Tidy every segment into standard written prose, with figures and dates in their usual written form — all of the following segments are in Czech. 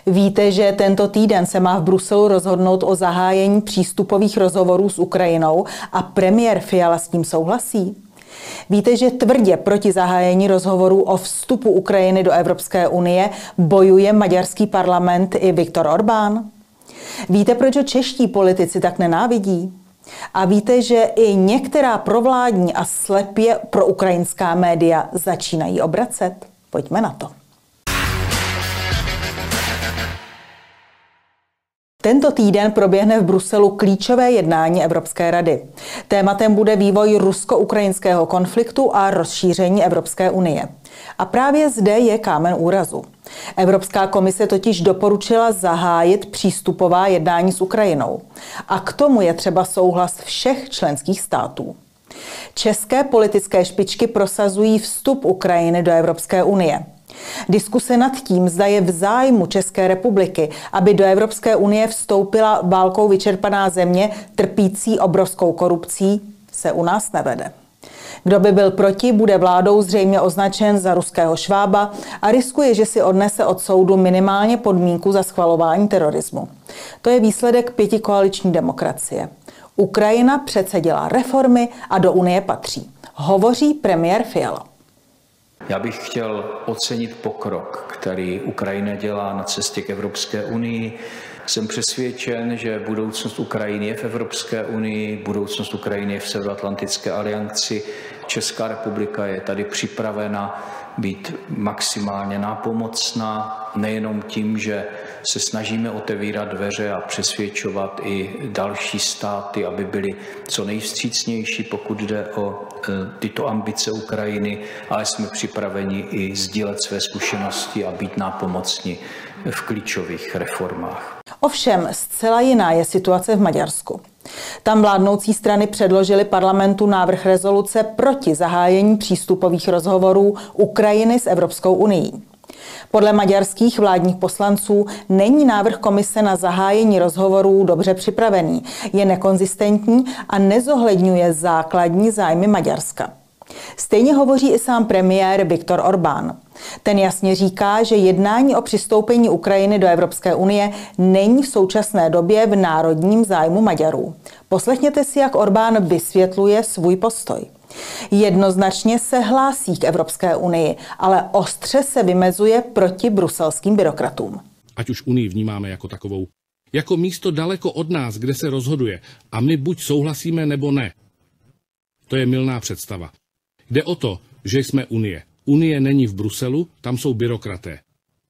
Víte, že tento týden se má v Bruselu rozhodnout o zahájení přístupových rozhovorů s Ukrajinou a premiér Fiala s tím souhlasí? Víte, že tvrdě proti zahájení rozhovorů o vstupu Ukrajiny do Evropské unie bojuje maďarský parlament i Viktor Orbán? Víte, proč ho čeští politici tak nenávidí? A víte, že i některá provládní a slepě proukrajinská média začínají obracet? Pojďme na to. Tento týden proběhne v Bruselu klíčové jednání Evropské rady. Tématem bude vývoj rusko-ukrajinského konfliktu a rozšíření Evropské unie. A právě zde je kámen úrazu. Evropská komise totiž doporučila zahájit přístupová jednání s Ukrajinou. A k tomu je třeba souhlas všech členských států. České politické špičky prosazují vstup Ukrajiny do Evropské unie. Diskuse nad tím, zda je v zájmu České republiky, aby do Evropské unie vstoupila válkou vyčerpaná země trpící obrovskou korupcí, se u nás nevede. Kdo by byl proti, bude vládou zřejmě označen za ruského švába a riskuje, že si odnese od soudu minimálně podmínku za schvalování terorismu. To je výsledek pětikoaliční demokracie. Ukrajina přece dělá reformy a do Unie patří. Hovoří premiér Fiala. Já bych chtěl ocenit pokrok, který Ukrajina dělá na cestě k Evropské unii. Jsem přesvědčen, že budoucnost Ukrajiny je v Evropské unii, budoucnost Ukrajiny je v Severoatlantické alianci. Česká republika je tady připravena být maximálně nápomocná, nejenom tím, že se snažíme otevírat dveře a přesvědčovat i další státy, aby byly co nejvstřícnější, pokud jde o tyto ambice Ukrajiny, ale jsme připraveni i sdílet své zkušenosti a být nápomocni v klíčových reformách. Ovšem, zcela jiná je situace v Maďarsku. Tam vládnoucí strany předložily parlamentu návrh rezoluce proti zahájení přístupových rozhovorů Ukrajiny s Evropskou unií. Podle maďarských vládních poslanců není návrh komise na zahájení rozhovorů dobře připravený, je nekonzistentní a nezohledňuje základní zájmy Maďarska. Stejně hovoří i sám premiér Viktor Orbán. Ten jasně říká, že jednání o přistoupení Ukrajiny do Evropské unie není v současné době v národním zájmu Maďarů. Poslechněte si, jak Orbán vysvětluje svůj postoj. Jednoznačně se hlásí k Evropské unii, ale ostře se vymezuje proti bruselským byrokratům. Ať už unii vnímáme jako takovou, jako místo daleko od nás, kde se rozhoduje a my buď souhlasíme nebo ne. To je mylná představa. Jde o to, že jsme Unie. Unie není v Bruselu, tam jsou byrokraté.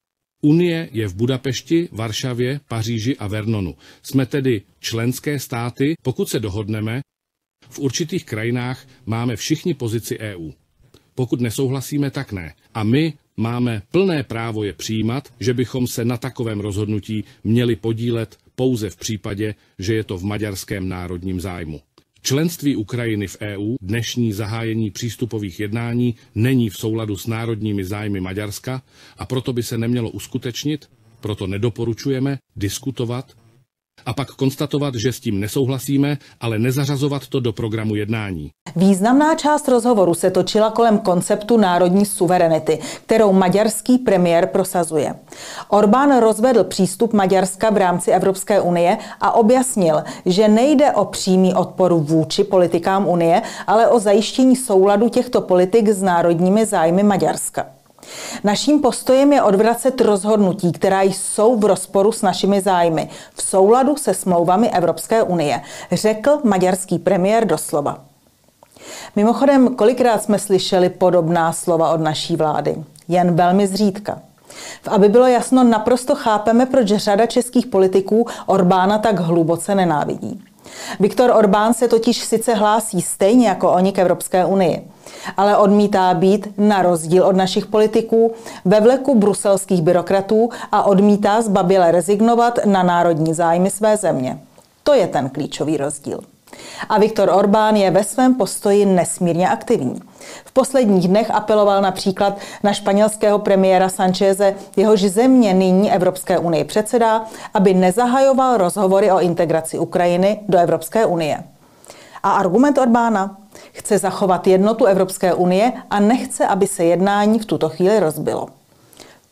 Unie je v Budapešti, Varšavě, Paříži a Vernonu. Jsme tedy členské státy, pokud se dohodneme, v určitých krajinách máme všichni pozici EU. Pokud nesouhlasíme, tak ne. A my máme plné právo je přijímat, že bychom se na takovém rozhodnutí měli podílet pouze v případě, že je to v maďarském národním zájmu. Členství Ukrajiny v EU, dnešní zahájení přístupových jednání, není v souladu s národními zájmy Maďarska a proto by se nemělo uskutečnit, proto nedoporučujeme diskutovat a pak konstatovat, že s tím nesouhlasíme, ale nezařazovat to do programu jednání. Významná část rozhovoru se točila kolem konceptu národní suverenity, kterou maďarský premiér prosazuje. Orbán rozvedl přístup Maďarska v rámci Evropské unie a objasnil, že nejde o přímý odpor vůči politikám unie, ale o zajištění souladu těchto politik s národními zájmy Maďarska. Naším postojem je odvracet rozhodnutí, která jsou v rozporu s našimi zájmy, v souladu se smlouvami Evropské unie, řekl maďarský premiér doslova. Mimochodem, kolikrát jsme slyšeli podobná slova od naší vlády? Jen velmi zřídka. Aby bylo jasno, naprosto chápeme, proč řada českých politiků Orbána tak hluboce nenávidí. Viktor Orbán se totiž sice hlásí stejně jako oni k Evropské unii, ale odmítá být, na rozdíl od našich politiků, ve vleku bruselských byrokratů a odmítá zbaběle rezignovat na národní zájmy své země. To je ten klíčový rozdíl. A Viktor Orbán je ve svém postoji nesmírně aktivní. V posledních dnech apeloval například na španělského premiéra Sancheze, jehož země nyní Evropské unii předsedá, aby nezahajoval rozhovory o integraci Ukrajiny do Evropské unie. A argument Orbána? Chce zachovat jednotu Evropské unie a nechce, aby se jednání v tuto chvíli rozbilo.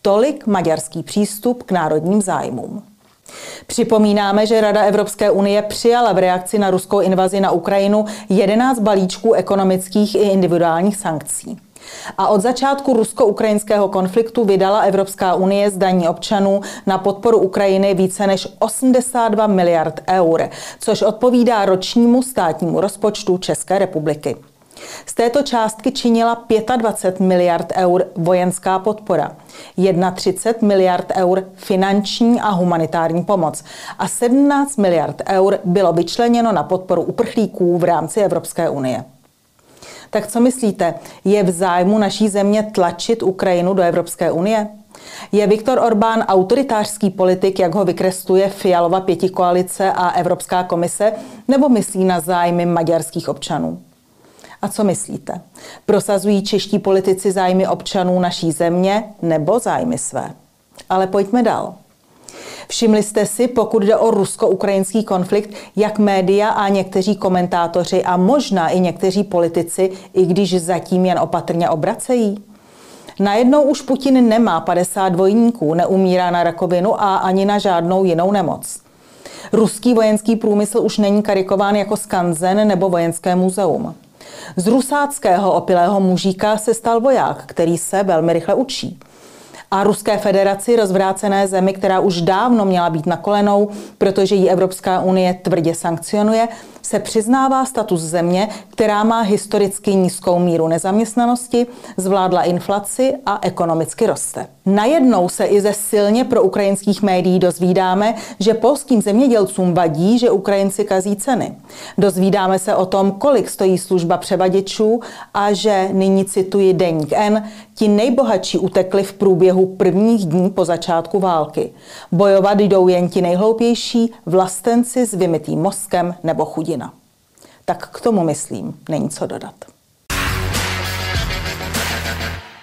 Tolik maďarský přístup k národním zájmům. Připomínáme, že Rada Evropské unie přijala v reakci na ruskou invazi na Ukrajinu 11 balíčků ekonomických i individuálních sankcí. A od začátku rusko-ukrajinského konfliktu vydala Evropská unie z daní občanů na podporu Ukrajiny více než 82 miliard eur, což odpovídá ročnímu státnímu rozpočtu České republiky. Z této částky činila 25 miliard eur vojenská podpora, 31 miliard eur finanční a humanitární pomoc a 17 miliard eur bylo vyčleněno na podporu uprchlíků v rámci Evropské unie. Tak co myslíte, je v zájmu naší země tlačit Ukrajinu do Evropské unie? Je Viktor Orbán autoritářský politik, jak ho vykresluje Fialova pětikoalice a Evropská komise, nebo myslí na zájmy maďarských občanů? A co myslíte? Prosazují čeští politici zájmy občanů naší země nebo zájmy své? Ale pojďme dál. Všimli jste si, pokud jde o rusko-ukrajinský konflikt, jak média a někteří komentátoři a možná i někteří politici, i když zatím jen opatrně obracejí? Najednou už Putin nemá 50 dvojníků, neumírá na rakovinu a ani na žádnou jinou nemoc. Ruský vojenský průmysl už není karikován jako skanzen nebo vojenské muzeum. Z rusáckého opilého mužíka se stal voják, který se velmi rychle učí. A Ruské federaci, rozvrácené zemi, která už dávno měla být na kolenou, protože ji Evropská unie tvrdě sankcionuje, se přiznává status země, která má historicky nízkou míru nezaměstnanosti, zvládla inflaci a ekonomicky roste. Najednou se i ze silně proukrajinských médií dozvídáme, že polským zemědělcům vadí, že Ukrajinci kazí ceny. Dozvídáme se o tom, kolik stojí služba převaděčů a že, nyní cituji Deník N, ti nejbohatší utekli v průběhu prvních dní po začátku války. Bojovat jdou jen ti nejhloupější, vlastenci s vymytým mozkem nebo chudina. Tak k tomu, myslím, není co dodat.